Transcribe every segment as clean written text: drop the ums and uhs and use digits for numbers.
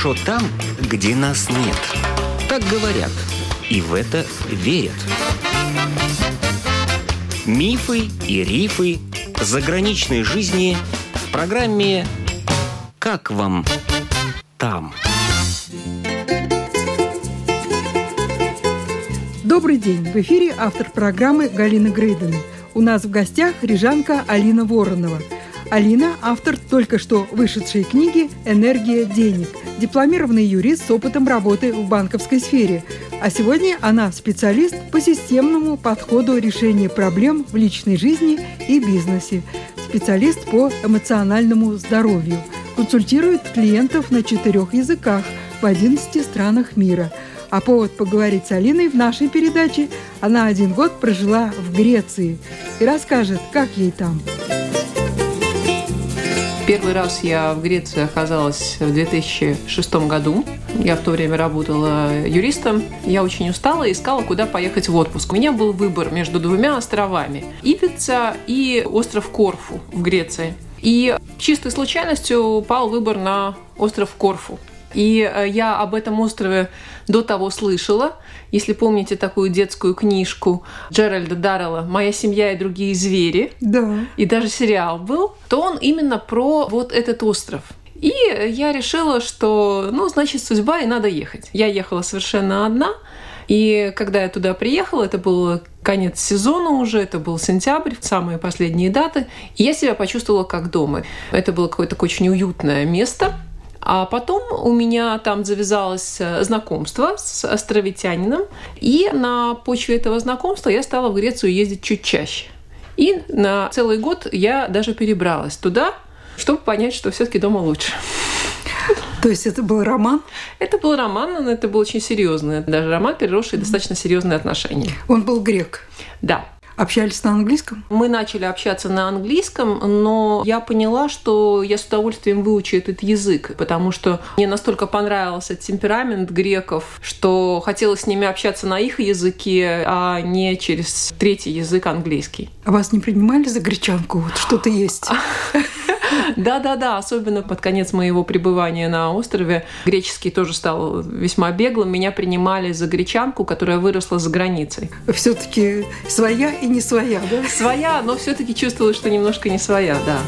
хорошо там, где нас нет. Так говорят, и в это верят. Мифы и рифы заграничной жизни в программе «Как вам там?». Добрый день! В эфире автор программы Галина Грейдена. У нас в гостях рижанка Алина Воронова. Алина – автор только что вышедшей книги «Энергия денег», дипломированный юрист с опытом работы в банковской сфере. А сегодня она специалист по системному подходу решения проблем в личной жизни и бизнесе, специалист по эмоциональному здоровью, консультирует клиентов на 4 языках в 11 странах мира. А повод поговорить с Алиной в нашей передаче – она 1 год прожила в Греции и расскажет, как ей там. Первый раз я в Греции оказалась в 2006 году. Я в то время работала юристом. Я очень устала и искала, куда поехать в отпуск. У меня был выбор между 2 островами – Ибица и остров Корфу в Греции. И чистой случайностью пал выбор на остров Корфу. И я об этом острове до того слышала. Если помните такую детскую книжку Джеральда Даррелла «Моя семья и другие звери», да. И даже сериал был, то он именно про вот этот остров. И я решила, что, значит, судьба, и надо ехать. Я ехала совершенно одна. И когда я туда приехала, это был конец сезона уже, это был сентябрь, самые последние даты, и я себя почувствовала как дома. Это было какое-то такое очень уютное место. А потом у меня там завязалось знакомство с островитянином, и на почве этого знакомства я стала в Грецию ездить чуть чаще. И на целый год я даже перебралась туда, чтобы понять, что все-таки дома лучше. То есть это был роман? Это был роман, но это был очень серьезный, даже роман, переросший в достаточно серьезные отношения. Он был грек? Да. Общались на английском? Мы начали общаться на английском, но я поняла, что я с удовольствием выучу этот язык, потому что мне настолько понравился темперамент греков, что хотелось с ними общаться на их языке, а не через 3-й язык английский. А вас не принимали за гречанку? Вот что-то есть. Да, особенно под конец моего пребывания на острове. Греческий тоже стал весьма беглым. Меня принимали за гречанку, которая выросла за границей. Все-таки своя и не своя, да? Своя, но все-таки чувствовала, что немножко не своя, да.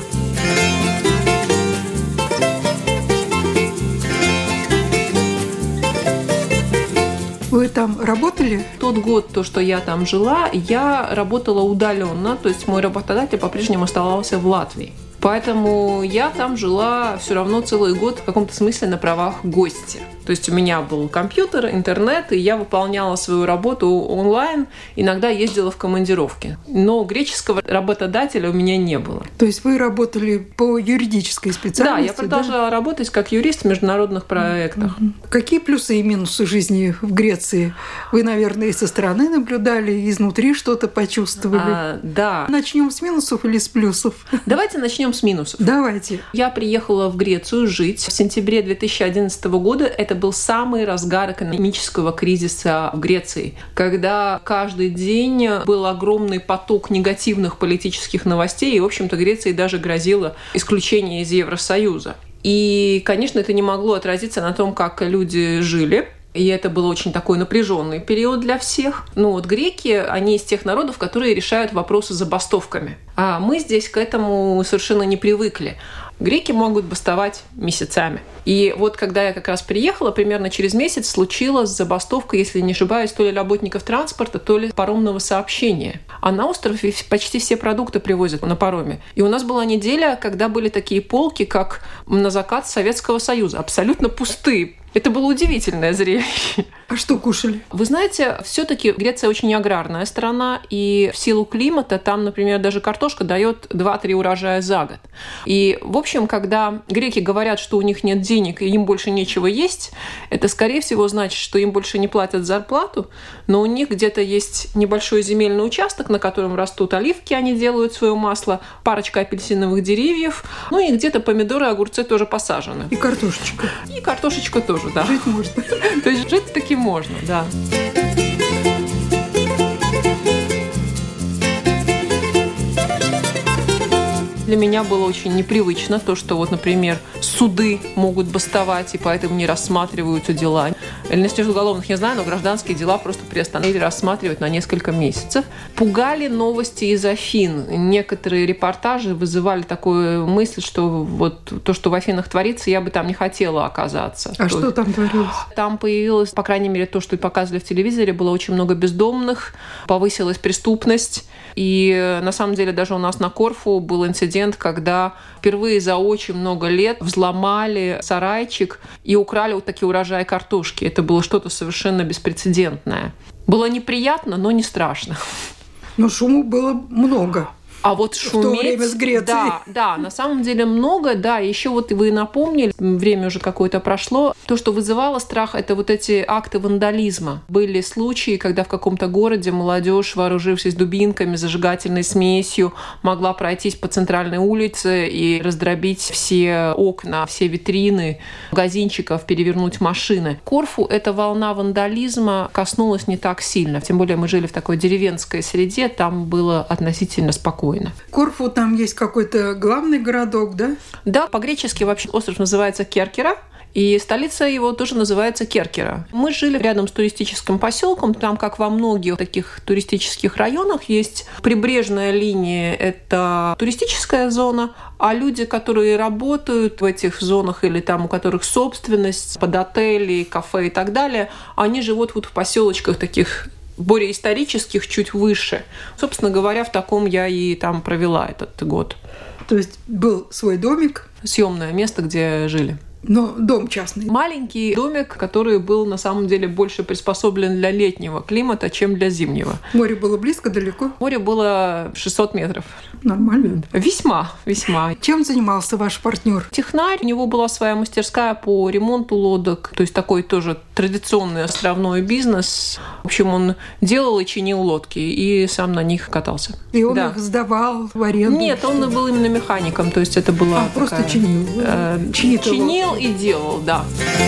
Вы там работали? Тот год, что я там жила, я работала удаленно, то есть мой работодатель по-прежнему оставался в Латвии. Поэтому я там жила все равно целый год в каком-то смысле на правах гостя. То есть у меня был компьютер, интернет, и я выполняла свою работу онлайн, иногда ездила в командировки. Но греческого работодателя у меня не было. То есть вы работали по юридической специальности? Да, я продолжала работать как юрист в международных проектах. Какие плюсы и минусы жизни в Греции? Вы, наверное, и со стороны наблюдали, и изнутри что-то почувствовали. Да. Начнем с минусов или с плюсов? Давайте начнем с минусов. Давайте. Я приехала в Грецию жить в сентябре 2011 года. Это был самый разгар экономического кризиса в Греции, когда каждый день был огромный поток негативных политических новостей, и, в общем-то, Греции даже грозило исключение из Евросоюза. И, конечно, это не могло отразиться на том, как люди жили. И это был очень такой напряженный период для всех. Греки, они из тех народов, которые решают вопросы забастовками. А мы здесь к этому совершенно не привыкли. Греки могут бастовать месяцами. И вот когда я как раз приехала, примерно через месяц случилась забастовка, если не ошибаюсь, то ли работников транспорта, то ли паромного сообщения. А на остров почти все продукты привозят на пароме. И у нас была неделя, когда были такие полки, как на закат Советского Союза, абсолютно пустые. Это было удивительное зрелище. А что кушали? Вы знаете, все-таки Греция очень аграрная страна, и в силу климата там, например, даже картошка дает 2-3 урожая за год. И, в общем, когда греки говорят, что у них нет денег и им больше нечего есть, это, скорее всего, значит, что им больше не платят зарплату, но у них где-то есть небольшой земельный участок, на котором растут оливки, они делают свое масло, парочка апельсиновых деревьев, и где-то помидоры, огурцы тоже посажены. И картошечка. И картошечка тоже. Да. Жить можно. То есть жить таки можно, да. Для меня было очень непривычно то, что вот, например, суды могут бастовать, и поэтому не рассматриваются дела. Или если уголовных не знаю, но гражданские дела просто приостановили рассматривать на несколько месяцев. Пугали новости из Афин. Некоторые репортажи вызывали такую мысль, что вот то, что в Афинах творится, я бы там не хотела оказаться. А что там творилось? Там появилось, по крайней мере, то, что и показывали в телевизоре, было очень много бездомных, повысилась преступность. И на самом деле даже у нас на Корфу был инцидент, когда впервые за очень много лет взломали сарайчик и украли вот такие урожаи картошки. Это было что-то совершенно беспрецедентное. Было неприятно, но не страшно. Но шуму было много. А вот шуметь... В то время с Грецией. Да, на самом деле много, да. Еще вот вы напомнили, время уже какое-то прошло, то, что вызывало страх, это вот эти акты вандализма. Были случаи, когда в каком-то городе молодежь, вооружившись дубинками, зажигательной смесью, могла пройтись по центральной улице и раздробить все окна, все витрины магазинчиков, перевернуть машины. Корфу эта волна вандализма коснулась не так сильно. Тем более мы жили в такой деревенской среде, там было относительно спокойно. Корфу, там есть какой-то главный городок, да? Да, по-гречески вообще остров называется Керкера, и столица его тоже называется Керкера. Мы жили рядом с туристическим поселком, там, как во многих таких туристических районах, есть прибрежная линия, это туристическая зона, а люди, которые работают в этих зонах или там, у которых собственность под отели, кафе и так далее, они живут вот в поселочках таких более исторических, чуть выше. Собственно говоря, в таком я и там провела этот год. То есть был свой домик? Съемное место, где жили. Но дом частный. Маленький домик, который был на самом деле больше приспособлен для летнего климата, чем для зимнего. Море было близко, далеко? Море было 600 метров. Нормально. Весьма. Чем занимался ваш партнер? Технарь. У него была своя мастерская по ремонту лодок. То есть такой тоже традиционный островной бизнес. В общем, он делал и чинил лодки, и сам на них катался. И он их сдавал в аренду? Нет, он был именно механиком. То есть это была просто чинил? Чинил и делал, да.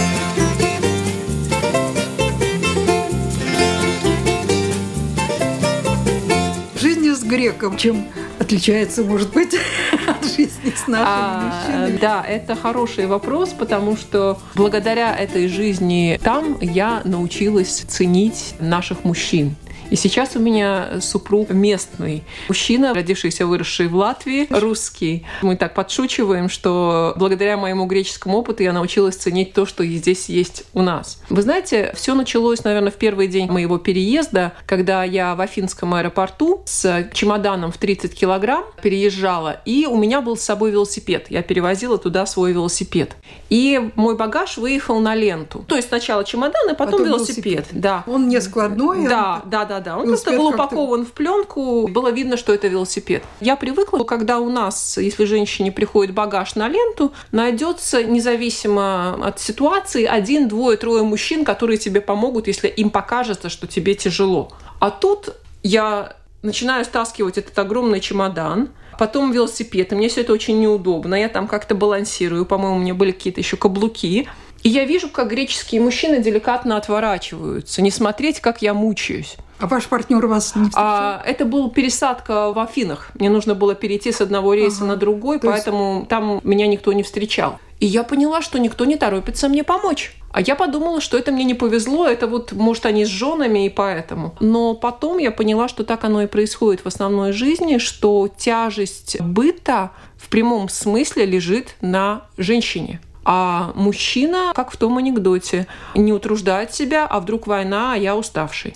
Жизнь с греком чем отличается, может быть, от жизни с нашими мужчинами? Да, это хороший вопрос, потому что благодаря этой жизни там я научилась ценить наших мужчин. И сейчас у меня супруг местный мужчина, родившийся, выросший в Латвии, русский. Мы так подшучиваем, что благодаря моему греческому опыту я научилась ценить то, что здесь есть у нас. Вы знаете, все началось, наверное, в первый день моего переезда, когда я в Афинском аэропорту с чемоданом в 30 килограмм переезжала, и у меня был с собой велосипед. Я перевозила туда свой велосипед. И мой багаж выехал на ленту. То есть сначала чемодан, и потом велосипед. Да. Он не складной? Да. Он просто был упакован в пленку. Было видно, что это велосипед. Я привыкла, когда у нас, если женщине приходит багаж на ленту, найдется, независимо от ситуации, 1, 2, 3 мужчин, которые тебе помогут, если им покажется, что тебе тяжело. А тут я начинаю стаскивать этот огромный чемодан, потом велосипед, и мне все это очень неудобно. Я там как-то балансирую, по-моему, у меня были какие-то еще каблуки. И я вижу, как греческие мужчины деликатно отворачиваются, не смотреть, как я мучаюсь. А ваш партнер вас не встречал? Это была пересадка в Афинах. Мне нужно было перейти с одного рейса на другой, поэтому там меня никто не встречал. И я поняла, что никто не торопится мне помочь. А я подумала, что это мне не повезло, это вот, может, они с женами, и поэтому. Но потом я поняла, что так оно и происходит в основной жизни, что тяжесть быта в прямом смысле лежит на женщине. А мужчина, как в том анекдоте, не утруждает себя, а вдруг война, а я уставший.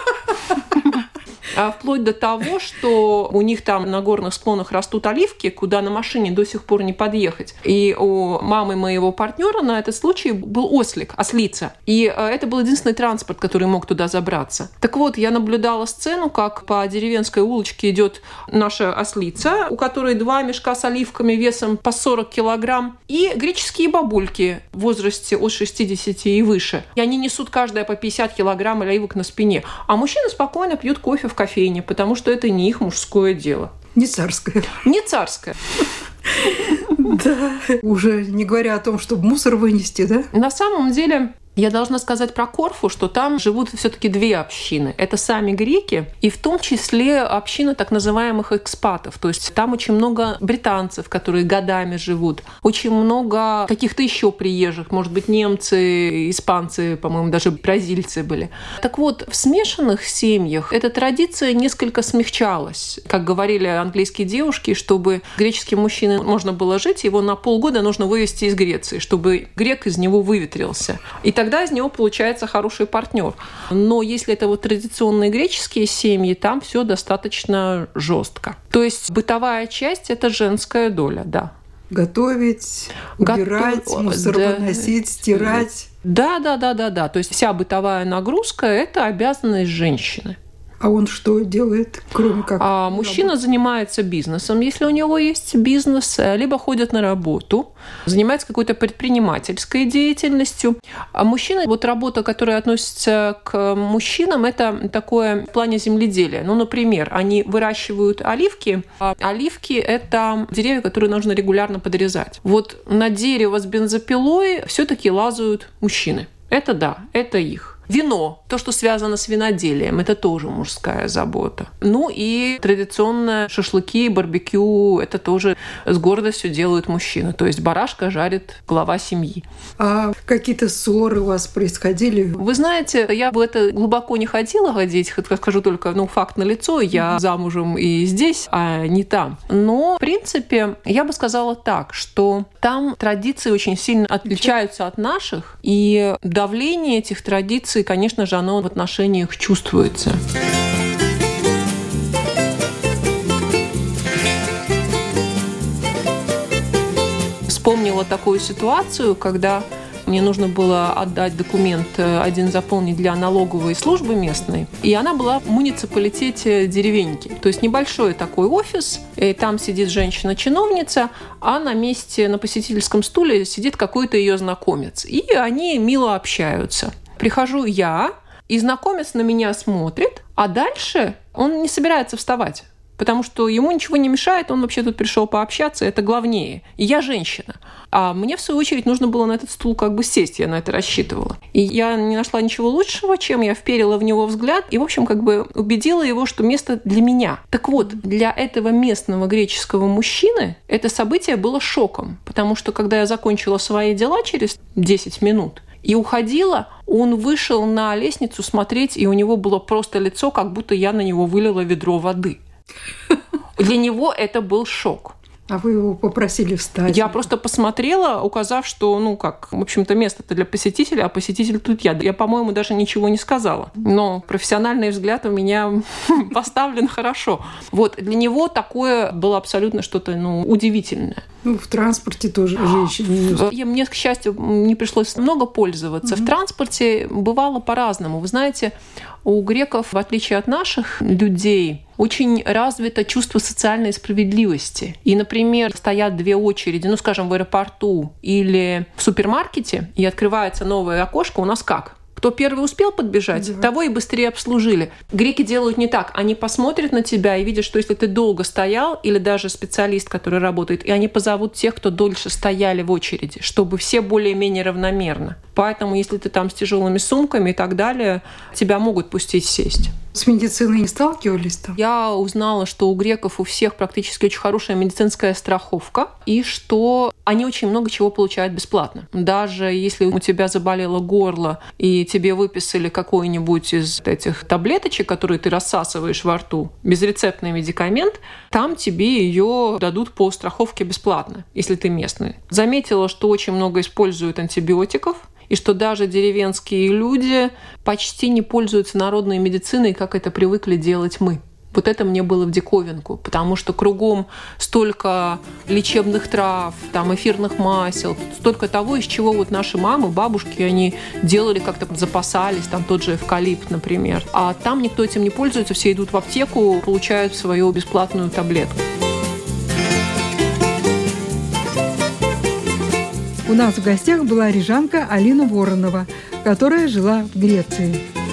А вплоть до того, что у них там на горных склонах растут оливки, куда на машине до сих пор не подъехать. И у мамы моего партнера на этот случай был ослик, ослица. И это был единственный транспорт, который мог туда забраться. Так вот, я наблюдала сцену, как по деревенской улочке идет наша ослица, у которой 2 мешка с оливками весом по 40 килограмм, и греческие бабульки в возрасте от 60 и выше. И они несут каждая по 50 килограмм оливок на спине. А мужчины спокойно пьют кофе в кофейне, потому что это не их мужское дело. Не царское. Не царское. Да. Уже не говоря о том, чтобы мусор вынести, да? На самом деле, Я должна сказать про Корфу, что там живут все-таки две общины. Это сами греки, и в том числе община так называемых экспатов. То есть там очень много британцев, которые годами живут, очень много каких-то еще приезжих, может быть, немцы, испанцы, по-моему, даже бразильцы были. Так вот, в смешанных семьях эта традиция несколько смягчалась. Как говорили английские девушки, чтобы греческим мужчине можно было жить, его на полгода нужно вывести из Греции, чтобы грек из него выветрился. И тогда из него получается хороший партнер. Но если это вот традиционные греческие семьи, там все достаточно жестко. То есть бытовая часть – это женская доля, да. Готовить, убирать, мусор выносить, стирать. Да. То есть вся бытовая нагрузка – это обязанность женщины. А он что делает, кроме как? Мужчина занимается бизнесом, если у него есть бизнес, либо ходит на работу, занимается какой-то предпринимательской деятельностью. А мужчина, вот работа, которая относится к мужчинам, это такое в плане земледелия. Ну, например, они выращивают оливки, а оливки – это деревья, которые нужно регулярно подрезать. Вот на дерево с бензопилой все-таки лазают мужчины. Это да, это их. Вино, то, что связано с виноделием, это тоже мужская забота. Ну и традиционно шашлыки, барбекю, это тоже с гордостью делают мужчины. То есть барашка жарит глава семьи. А какие-то ссоры у вас происходили? Вы знаете, я в это глубоко не хотела ходить, скажу только, факт налицо, я замужем и здесь, а не там. Но, в принципе, я бы сказала так, что там традиции очень сильно отличаются от наших, и давление этих традиций, конечно же, оно в отношениях чувствуется. Вспомнила такую ситуацию, когда мне нужно было отдать документ один заполнить для налоговой службы местной, и она была в муниципалитете деревеньки. То есть небольшой такой офис, и там сидит женщина-чиновница, а на месте, на посетительском стуле сидит какой-то ее знакомец. И они мило общаются. Прихожу я, и знакомец на меня смотрит, а дальше он не собирается вставать, потому что ему ничего не мешает, он вообще тут пришел пообщаться, это главнее. И я женщина. А мне, в свою очередь, нужно было на этот стул сесть, я на это рассчитывала. И я не нашла ничего лучшего, чем я вперила в него взгляд и, в общем, убедила его, что место для меня. Так вот, для этого местного греческого мужчины это событие было шоком, потому что, когда я закончила свои дела через 10 минут, и уходила, он вышел на лестницу смотреть, и у него было просто лицо, как будто я на него вылила ведро воды. Для него это был шок. А вы его попросили встать? Я просто посмотрела, указав, что, в общем-то, место-то для посетителя, а посетитель тут я. Я, по-моему, даже ничего не сказала. Но профессиональный взгляд у меня поставлен хорошо. Вот, для него такое было абсолютно что-то, удивительное. В транспорте тоже женщины. Мне, к счастью, не пришлось много пользоваться. В транспорте бывало по-разному. Вы знаете, у греков, в отличие от наших людей, очень развито чувство социальной справедливости. И, например, стоят две очереди, скажем, в аэропорту или в супермаркете, и открывается новое окошко, у нас как? Кто первый успел подбежать, того и быстрее обслужили. Греки делают не так. Они посмотрят на тебя и видят, что если ты долго стоял, или даже специалист, который работает, и они позовут тех, кто дольше стояли в очереди, чтобы все более-менее равномерно. Поэтому, если ты там с тяжелыми сумками и так далее, тебя могут пустить сесть. С медициной не сталкивались там? Я узнала, что у греков у всех практически очень хорошая медицинская страховка, и что они очень много чего получают бесплатно. Даже если у тебя заболело горло, и тебе выписали какой-нибудь из этих таблеточек, которые ты рассасываешь во рту, безрецептный медикамент, там тебе ее дадут по страховке бесплатно, если ты местный. Заметила, что очень много используют антибиотиков, и что даже деревенские люди почти не пользуются народной медициной, как это привыкли делать мы. Вот это мне было в диковинку, потому что кругом столько лечебных трав, эфирных масел, столько того, из чего наши мамы, бабушки, они делали, как-то запасались, тот же эвкалипт, например. А там никто этим не пользуется, все идут в аптеку, получают свою бесплатную таблетку. У нас в гостях была рижанка Алина Воронова, которая жила в Греции.